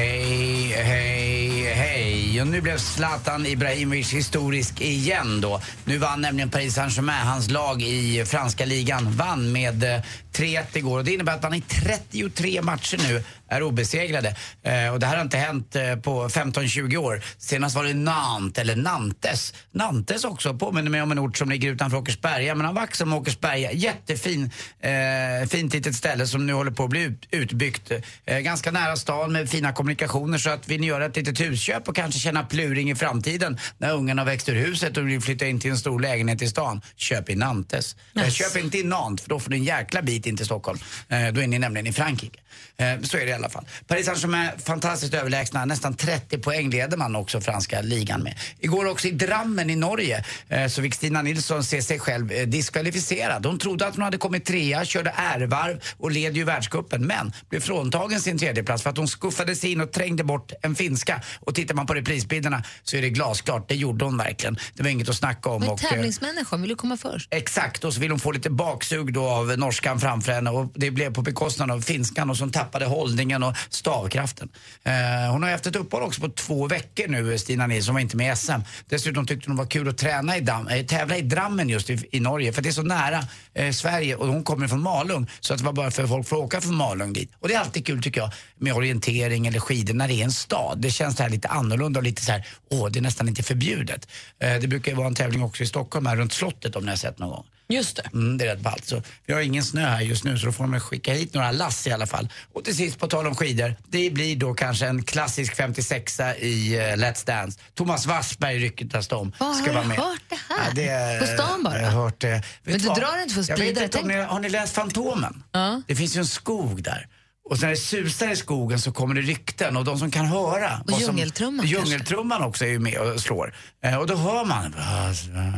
Hej, hej, hej. Och nu blev Zlatan Ibrahimovic historisk igen då. Nu vann nämligen Paris Saint-Germain, hans lag i franska ligan, vann med tre ett igår. Och det innebär att han i trettiotre matcher nu är obesegrade. Eh, och det här har inte hänt eh, på femton tjugo år. Senast var det Nantes, eller Nantes. Nantes också påminner mig om en ort som ligger utanför Åkersberga. Men han var som Åkersberga. Jättefin, eh, fint litet ställe som nu håller på att bli ut, utbyggt. Eh, ganska nära stan med fina kommunikationer, så att vill ni göra ett litet husköp och kanske tjäna pluring i framtiden när ungarna har växt ur huset och vill flytta in till en stor lägenhet i stan, köp i Nantes. Eh, köp inte i Nantes, för då får ni en jäkla bit in till Stockholm. Eh, då är ni nämligen i Frankrike. Eh, så är det i alla fall. Paris Saint-Germain är fantastiskt överlägsna. Nästan trettio poäng leder man också franska ligan med. Igår också i Drammen i Norge eh, så fick Stina Nilsson se sig själv eh, diskvalificerad. Hon trodde att hon hade kommit trea, körde ärvarv och led ju världscupen, men blev fråntagen sin tredje plats för att hon skuffade sig in och trängde bort en finska. Och tittar man på reprisbilderna så är det glasklart. Det gjorde hon verkligen. Det var inget att snacka om. Men och, tävlingsmänniska, vill du komma först? Exakt, och så vill hon få lite baksug då av norskan framför henne, och det blev på bekostnad av finskan och som tappade hållningen och stavkraften. Eh, hon har haft ett uppehåll också på två veckor nu, Stina Nilsson, var inte med i S M. Dessutom tyckte hon var kul att träna i Dam, äh, tävla i Drammen just i, i Norge, för det är så nära eh, Sverige, och hon kommer från Malung, så att det var bara för folk får åka från Malung dit. Och det är alltid kul tycker jag med orientering eller skidor när det är en stad. Det känns det här lite annorlunda och lite så här, åh, det är nästan inte förbjudet. Eh, det brukar ju vara en tävling också i Stockholm här runt slottet, om ni har sett någon gång. Just det. Mm, det är rätt ballt. Så vi har ingen snö här just nu, så då får man skicka hit några lass i alla fall. Och till sist, på tal om skidor, det blir då kanske en klassisk femtiosexa i uh, Let's Dance. Thomas Wassberg ryktas om. Var ska har vara du med. hört det här? Ja, det är, på stan bara? Jag har hört det. Vet Men du vad? drar inte för att Jag sprida vet inte om det. ni, har ni läst Fantomen? Ja. Det finns ju en skog där. Och när det susar i skogen så kommer det rykten, och de som kan höra... Och djungeltrumman Djungeltrumman också är ju med och slår. Eh, och då hör man...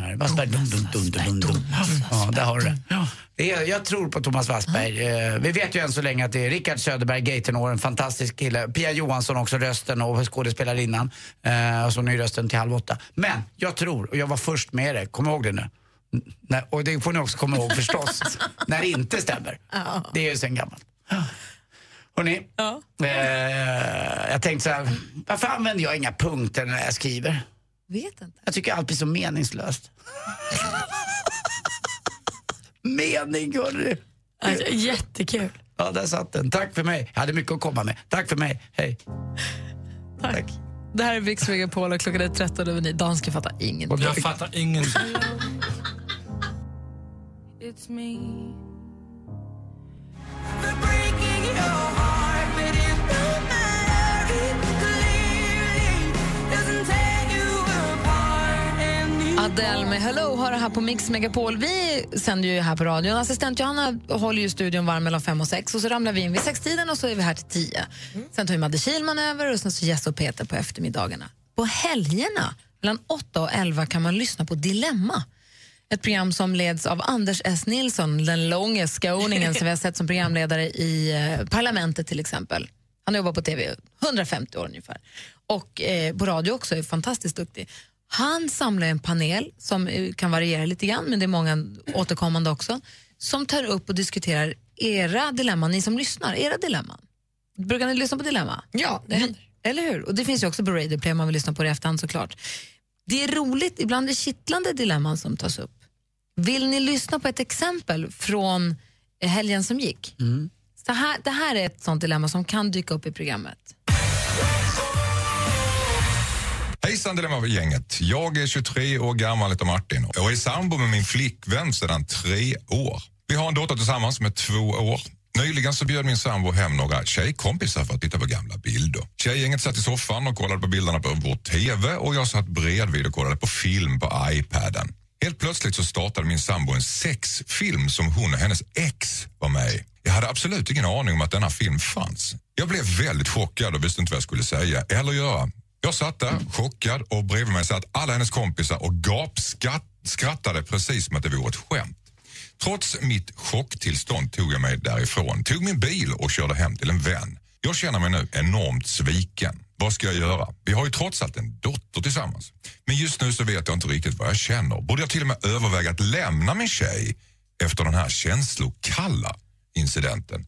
här. Wassberg, dum, dum, dum, dum, dum. Ja, där har du det. Ja. Det är, jag tror på Thomas Wassberg. Mm. Vi vet ju än så länge att det är Rickard Söderberg, gaytenor, en fantastisk kille. Pia Johansson också, rösten och skådespelarinnan. Eh, och så nu rösten till halv åtta. Men jag tror, och jag var först med det, kom ihåg det nu. N- och det får ni också komma ihåg förstås. När det inte stämmer. Ja. Det är ju sen gammalt. Hörrni, ja. eh, jag tänkte så här, varför använder jag inga punkter när jag skriver? Vet inte. Jag tycker allt blir så meningslöst. Mening, hörru. Alltså, jättekul. Ja, där satt den. Tack för mig. Jag hade mycket att komma med. Tack för mig. Hej. Tack. Tack. Det här är Mix Megapol och klockan är tretton över nio. Danske fattar ingenting. Jag fattar ingenting. It's me. Adele med Hello har det här på Mix Megapol. Vi sänder ju här på radion. Assistent Johanna håller ju studion varm mellan fem och sex. Och så ramlar vi in vid sextiden och så är vi här till tio. Mm. Sen tar vi Madde Kihlman över och sen så Jess och Peter på eftermiddagarna. På helgerna mellan åtta och elva kan man lyssna på Dilemma. Ett program som leds av Anders S. Nilsson, den långa skåningen som vi har sett som programledare i eh, parlamentet till exempel. Han jobbar på tv hundrafemtio år ungefär. Och eh, på radio också, är fantastiskt duktig. Han samlar en panel som kan variera lite grann, men det är många återkommande också, som tar upp och diskuterar era dilemman, ni som lyssnar, era dilemman. Brukar ni lyssna på Dilemma? Ja, det händer. Eller hur? Och det finns ju också på Radio Play, man vill lyssna på det efterhand såklart. Det är roligt, ibland är det kittlande dilemman som tas upp. Vill ni lyssna på ett exempel från helgen som gick? Mm. Så här, det här är ett sånt dilemma som kan dyka upp i programmet. Hejsan Dilemma-gänget. Jag är tjugotre år gammal, heter Martin. Jag är sambo med min flickvän sedan tre år. Vi har en dotter tillsammans som är två år. Nyligen så bjöd min sambo hem några tjejkompisar för att titta på gamla bilder. Tjejgänget satt i soffan och kollade på bilderna på vår tv och jag satt bredvid och kollade på film på iPaden. Helt plötsligt så startade min sambo en sexfilm som hon och hennes ex var med i. Jag hade absolut ingen aning om att denna film fanns. Jag blev väldigt chockad och visste inte vad jag skulle säga eller göra. Jag satt där, chockad, och bredvid mig satt alla hennes kompisar och gapskrattade precis som att det vore ett skämt. Trots mitt chocktillstånd tog jag mig därifrån, tog min bil och körde hem till en vän. Jag känner mig nu enormt sviken. Vad ska jag göra? Vi har ju trots allt en dotter tillsammans. Men just nu så vet jag inte riktigt vad jag känner. Borde jag till och med överväga att lämna min tjej efter den här känslokalla incidenten?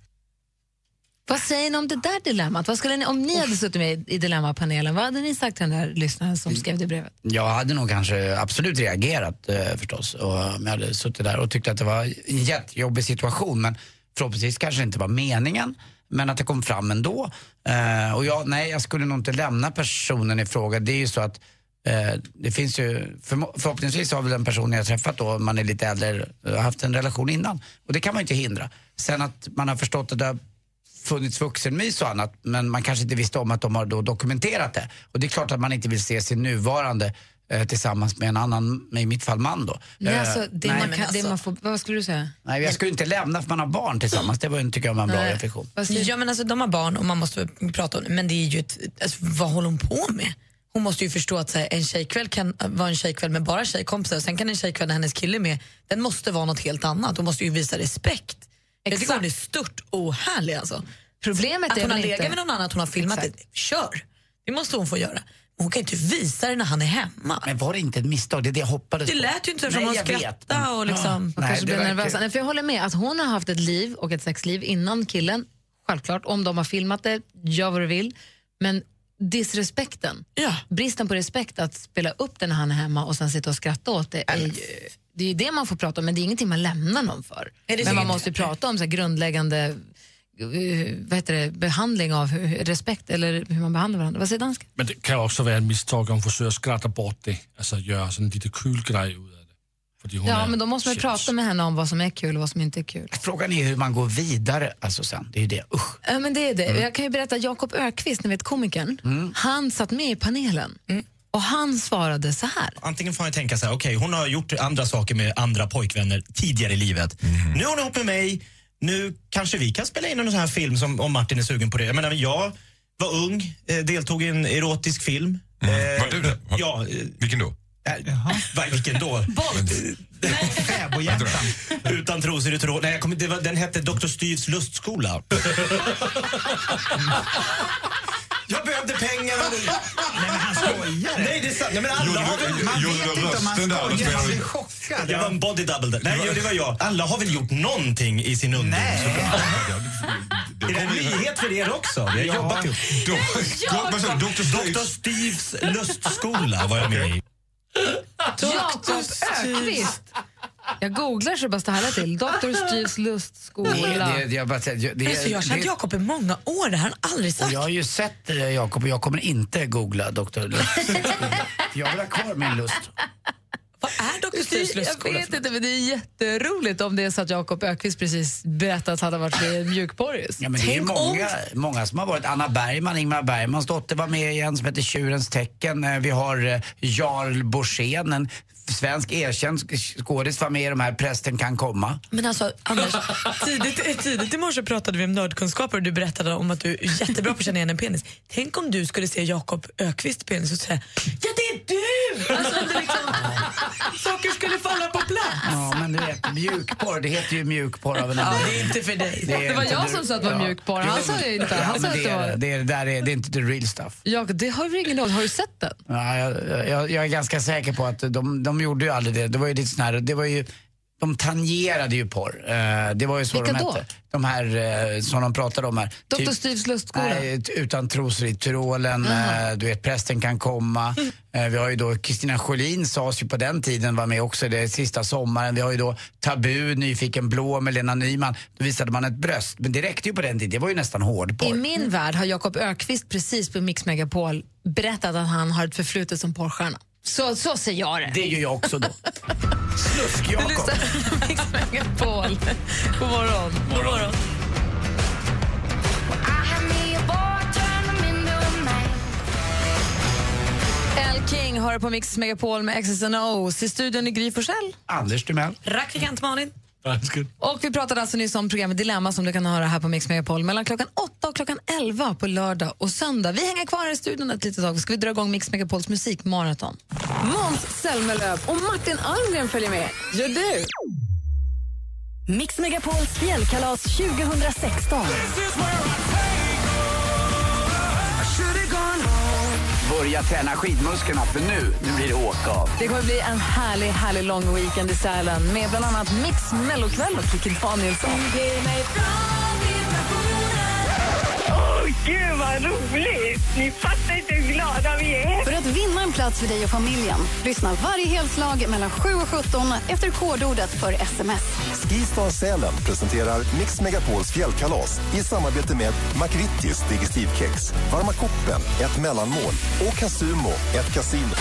Vad säger ni om det där dilemmat? Vad skulle ni, om ni hade suttit med i dilemmapanelen, vad hade ni sagt till den där lyssnaren som skrev det brevet? Jag hade nog kanske absolut reagerat eh, förstås. Och jag hade suttit där och tyckte att det var en jättejobbig situation. Men förhoppningsvis kanske det inte var meningen. Men att det kom fram ändå. Eh, och jag, nej, jag skulle nog inte lämna personen i fråga. Det är ju så att eh, det finns ju, för, förhoppningsvis har väl den personen jag träffat då, man är lite äldre, har haft en relation innan. Och det kan man inte hindra. Sen att man har förstått att det har funnits vuxenmys och annat, men man kanske inte visste om att de har då dokumenterat det. Och det är klart att man inte vill se sin nuvarande eh, tillsammans med en annan, i mitt fall man då. Nej, alltså, det nej, man kan, alltså, det man får, vad skulle du säga? Nej, jag skulle inte lämna för man har barn tillsammans. Det var ju, tycker jag, var en bra reflektion. Ja, men alltså, de har barn och man måste prata om det. Men det är ju ett, alltså, vad håller hon på med? Hon måste ju förstå att så här, en tjejkväll kan vara en tjejkväll med bara tjejkompisar. Sen kan en tjejkväll när hennes kille är med, den måste vara något helt annat. Hon måste ju visa respekt. Exakt. Jag tycker hon är stört ohärlig alltså. Problemet att är hon har inte... legat med någon annan, att hon har filmat det. Kör! Det måste hon få göra. Hon kan inte visa det när han är hemma. Men var det inte ett misstag? Det är det jag hoppades det på. lät ju inte som hon skrattade och liksom... Ja. kanske blev nervös. Nej, för jag håller med att hon har haft ett liv och ett sexliv innan killen. Självklart, om de har filmat det, gör vad du vill. Men disrespekten, ja. bristen på respekt att spela upp den när han är hemma och sen sitta och skratta åt det, är ju, det är ju det man får prata om, men det är ingenting man lämnar någon för. Men man måste ju prata om så här grundläggande vad heter det, behandling av respekt eller hur man behandlar varandra. Vad säger danska? Men det kan också vara en misstag om försöka skratta bort det. Alltså göra sån lite kul grej ut av det. Ja, men då måste man prata med henne om vad som är kul och vad som inte är kul. Frågan är hur man går vidare, alltså sen. Det är ju det. Usch. Ja, men det är det. Mm. Jag kan ju berätta att Jakob Ökvist, ni vet komikern, mm. han satt med i panelen. Mm. Och han svarade så här. Antingen får man tänka så här, okej, okay, hon har gjort andra saker med andra pojkvänner tidigare i livet. Mm. Nu är hon ihop med mig. Nu kanske vi kan spela in en sån här film som, om Martin är sugen på det. Jag menar, jag var ung, eh, deltog i en erotisk film. Mm. Eh, var du det? Var, ja. Vilken då? Va, vilken då? Bolt. Fäbodhjärtan. Utan trosor i tro. Nej, jag kommer, det var, den hette doktor Styvs lustskola. Jag behövde pengarna nu. Nej, men han skojar. Nej, det är sant. Nej, men alla har väl... Man vet inte om man skojar, man blir chockad. Det var en body double där. Nej, det var jag. Alla har väl gjort någonting i sin ungdom. Nej. Är det en nyhet för er också? Vi har Ja. jobbat ihop. doktor Styvs lustskola var jag med i. Jakob Öqvist. Jag googlar så bara här till. doktor Styvs lustskola. Det, det, jag, bara, det, det, Alltså, jag har känt Jakob i många år, det har han aldrig sagt. Jag har ju sett eh, Jakob och jag kommer inte googla doktor Lust. Jag vill ha kvar min lust. Vad är doktor Styvs lustskola? Jag vet inte, men det är jätteroligt om det är så att Jakob Öqvist precis berättat att han har varit med i mjukporris. Ja, men det är många, många som har varit. Anna Bergman, Ingmar Bergmans dotter var med i en som heter Tjurens tecken. Eh, Vi har eh, Jarl Borssén, en svensk erkänd skådis, var med i de här Prästen kan komma. Men alltså, Anders, tidigt, tidigt i morse pratade vi om nördkunskaper och du berättade om att du är jättebra på att känna igen en penis. Tänk om du skulle se Jakob Öqvist penis och säga, ja det är du! Alltså, det liksom, saker skulle falla på plats. Ja, men du vet, mjukporr, det heter ju mjukporr av en Ja, annan. det är inte för dig. Det, det var inte jag du- som sa att det var ja. mjukporr. Han Jo, sa ju inte. ja, Han men sa att det, det var... är, det, är, där är, det är inte the real stuff. Ja, det har vi ingen aning. Har du sett den? Ja, jag, jag, jag är ganska säker på att de, de gjorde ju aldrig det. Det var ju lite sån här, det var ju, de tangerade ju porr. Uh, det var ju så Vilka de då? hette. De här uh, som de pratade om här. doktor Styvs lustskola? Nej, t- utan trosor i Tyrolen, Jaha. uh, du vet, Prästen kan komma. Uh, vi har ju då, Kristina Sjölin sades ju på den tiden var med också, det sista sommaren. Vi har ju då Tabu, Nyfiken blå med Lena Nyman. Då visade man ett bröst, men det räckte ju på den tiden. Det var ju nästan hårdporr. I min värld har Jakob Öqvist precis på Mix Megapol berättat att han har ett förflutet som porrstjärna. Så, så ser jag det. Det gör jag också då. Slusk Du Jakob. lyssnar på Mix Megapol. God morgon. God morgon. Elle King har på Mix Megapol med X's and O's. I studion i Gry Forssell. Anders Timell. Praktikant Malin. Och vi pratade alltså nyss om programmet Dilemma som du kan höra här på Mix Megapol mellan klockan åtta och klockan elva på lördag och söndag. Vi hänger kvar här i studion ett litet tag. Ska vi dra igång Mix Megapols musikmaraton. Måns Zelmerlöw och Martin Almgren följer med. Gör du? Mix Megapols fjällkalas tjugohundrasexton. Börja träna skidmusklerna för nu, nu blir det åka av. Det kommer bli en härlig, härlig lång weekend i Sälen med bland annat Mix Mellokväll och Kikki Danielsson. Åh, gud vad roligt! Ni fattar inte hur glada vi är. För att vinna en plats för dig och familjen, lyssna varje helslag mellan sju och sjutton efter kodordet för sms. Skistar Sälen presenterar Mix Megapols fjällkalas i samarbete med McVittys Digestivkex, Varma koppen, ett mellanmål och Casumo, ett kasino.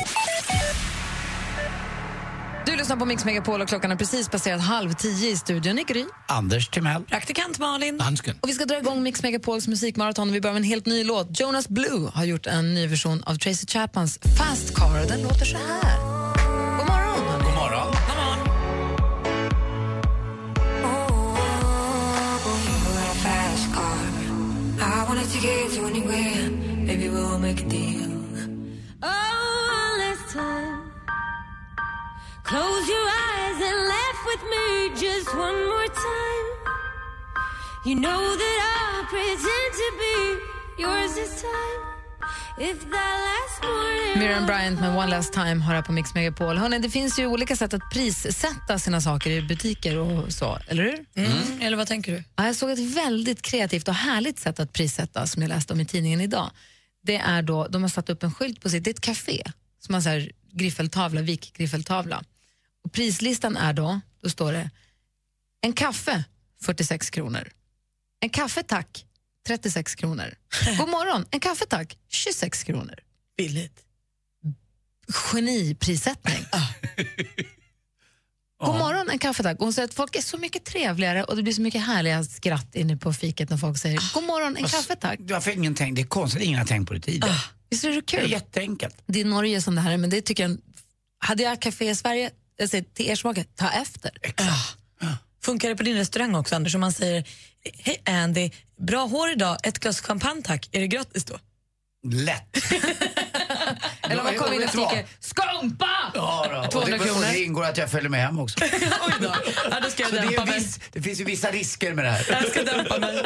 Du lyssnar på Mix Megapol och klockan är precis passerat halv tio i studion i Gry. Anders Timell. Praktikant Malin. Dansken. Och vi ska dra igång Mix Megapols musikmaraton och vi börjar med en helt ny låt. Jonas Blue har gjort en ny version av Tracy Chapmans Fast Car och den låter så här. God morgon. God morgon. I wanna take you anywhere. Maybe we'll make a deal. Oh, last time. Close your eyes and laugh with me just one more time. You know that I'll pretend to be yours this time. If that last morning. Miriam Bryant med One Last Time har jag på Mix Megapol. Hörrni, det finns ju olika sätt att prissätta sina saker i butiker och så, eller hur? Mm. Eller vad tänker du? Ja, jag såg ett väldigt kreativt och härligt sätt att prissätta som jag läste om i tidningen idag. Det är då, de har satt upp en skylt på sitt, det är ett café som har så här griffeltavla, vikgriffeltavla. Och prislistan är då, då står det en kaffe fyrtiosex kronor. En kaffe tack trettiosex kronor. God morgon, en kaffe tack tjugosex kronor. Billigt. Geniprissättning. God morgon, en kaffe tack. Hon säger att folk är så mycket trevligare och det blir så mycket härliga skratt inne på fiket när folk säger god morgon, en kaffe tack. Varför ingen tänkt? Det är konstigt, ingen har tänkt på det tidigare. Ah, visst är det kul? Det är jätteenkelt. Det är Norge som det här är, men det tycker jag, hade jag café i Sverige, jag säger till er smakare, ta efter. Exakt. Funkar det på din restaurang också, Anders? Om man säger, hej Andy, bra hår idag, ett glas champagne tack, är det gratis då? Lätt. Eller om man kommer in och skriker skumpa! Ja, då. tvåhundra och det, kronor. och det ingår att jag följer med hem också. Oj då. Ja, då ska jag Så det, dämpa är mig. viss, det finns ju vissa risker med det här. Jag ska dämpa mig.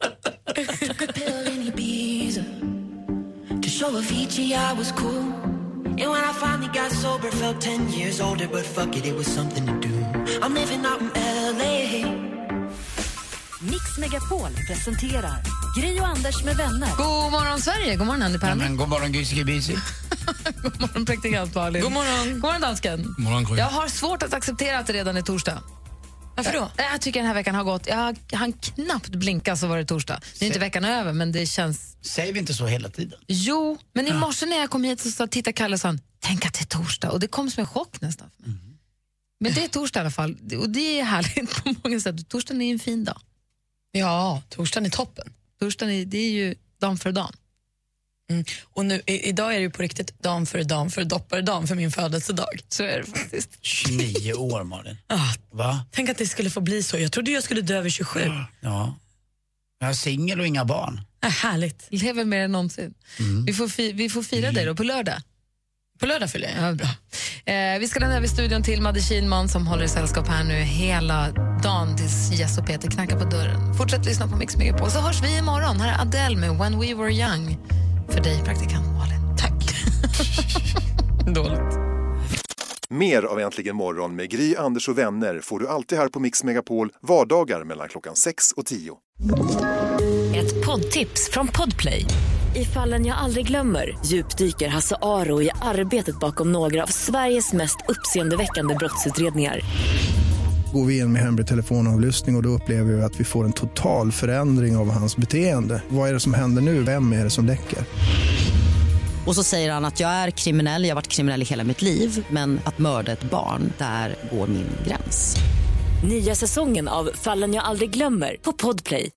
To show Avicii I was cool. And when I finally got sober, felt ten years older, but fuck it, it was something to do. I'm living out in L A. Mix Megapol presenterar Gry och Anders med vänner. God morgon Sverige, god morgon Andy Ja, Palme. men god morgon Gysi Bisi. God morgon praktikant Malin. God morgon. God morgon dansken. God morgon, Gry. Jag har svårt att acceptera att det redan är torsdag. Varför då? Jag, jag tycker den här veckan har gått, jag hann knappt blinka så var det torsdag. Det är inte veckan över men det känns... Säger vi inte så hela tiden? Jo, men i morse när jag kom hit så sa titta Kalle och sa, tänk att det är torsdag. Och det kom som en chock nästan. Mm. Men det är torsdag i alla fall. Och det är härligt på många sätt. Torsdagen är en fin dag. Ja, torsdagen är toppen. Torsdagen är, det är ju dagen för dagen. Mm. Och nu, i, idag är det ju på riktigt dagen för dagen för dopparedagen för min födelsedag. Så är det faktiskt. tjugonio år, Malin. Ah, Va? tänk att det skulle få bli så. Jag trodde jag skulle dö över tjugosju. Ja. ja. Jag är singel och inga barn. Ah, härligt. Lever mer än någonsin. Mm. Vi, får fi, vi får fira mm. dig då på lördag. På lördag fyller jag. Ja, bra. Eh, vi ska lämna över studion till Madde Kihlman som håller i sällskap här nu hela dagen tills Jess och Peter knackar på dörren. Fortsätt lyssna på Mix Megapol så hörs vi imorgon. Här är Adele med When We Were Young. För dig, praktikant Malin. Tack. Dåligt. Mer av Äntligen morgon med Gry, Anders och vänner får du alltid här på Mix Megapol vardagar mellan klockan sex och tio. Ett poddtips från Podplay. I Fallen jag aldrig glömmer djupdyker Hasse Aro i arbetet bakom några av Sveriges mest uppseendeväckande brottsutredningar. Går vi in med hemlig telefonavlyssning och, och då upplever vi att vi får en total förändring av hans beteende. Vad är det som händer nu? Vem är det som läcker? Och så säger han att jag är kriminell, jag har varit kriminell i hela mitt liv. Men att mörda ett barn, där går min gräns. Nya säsongen av Fallen jag aldrig glömmer på Podplay.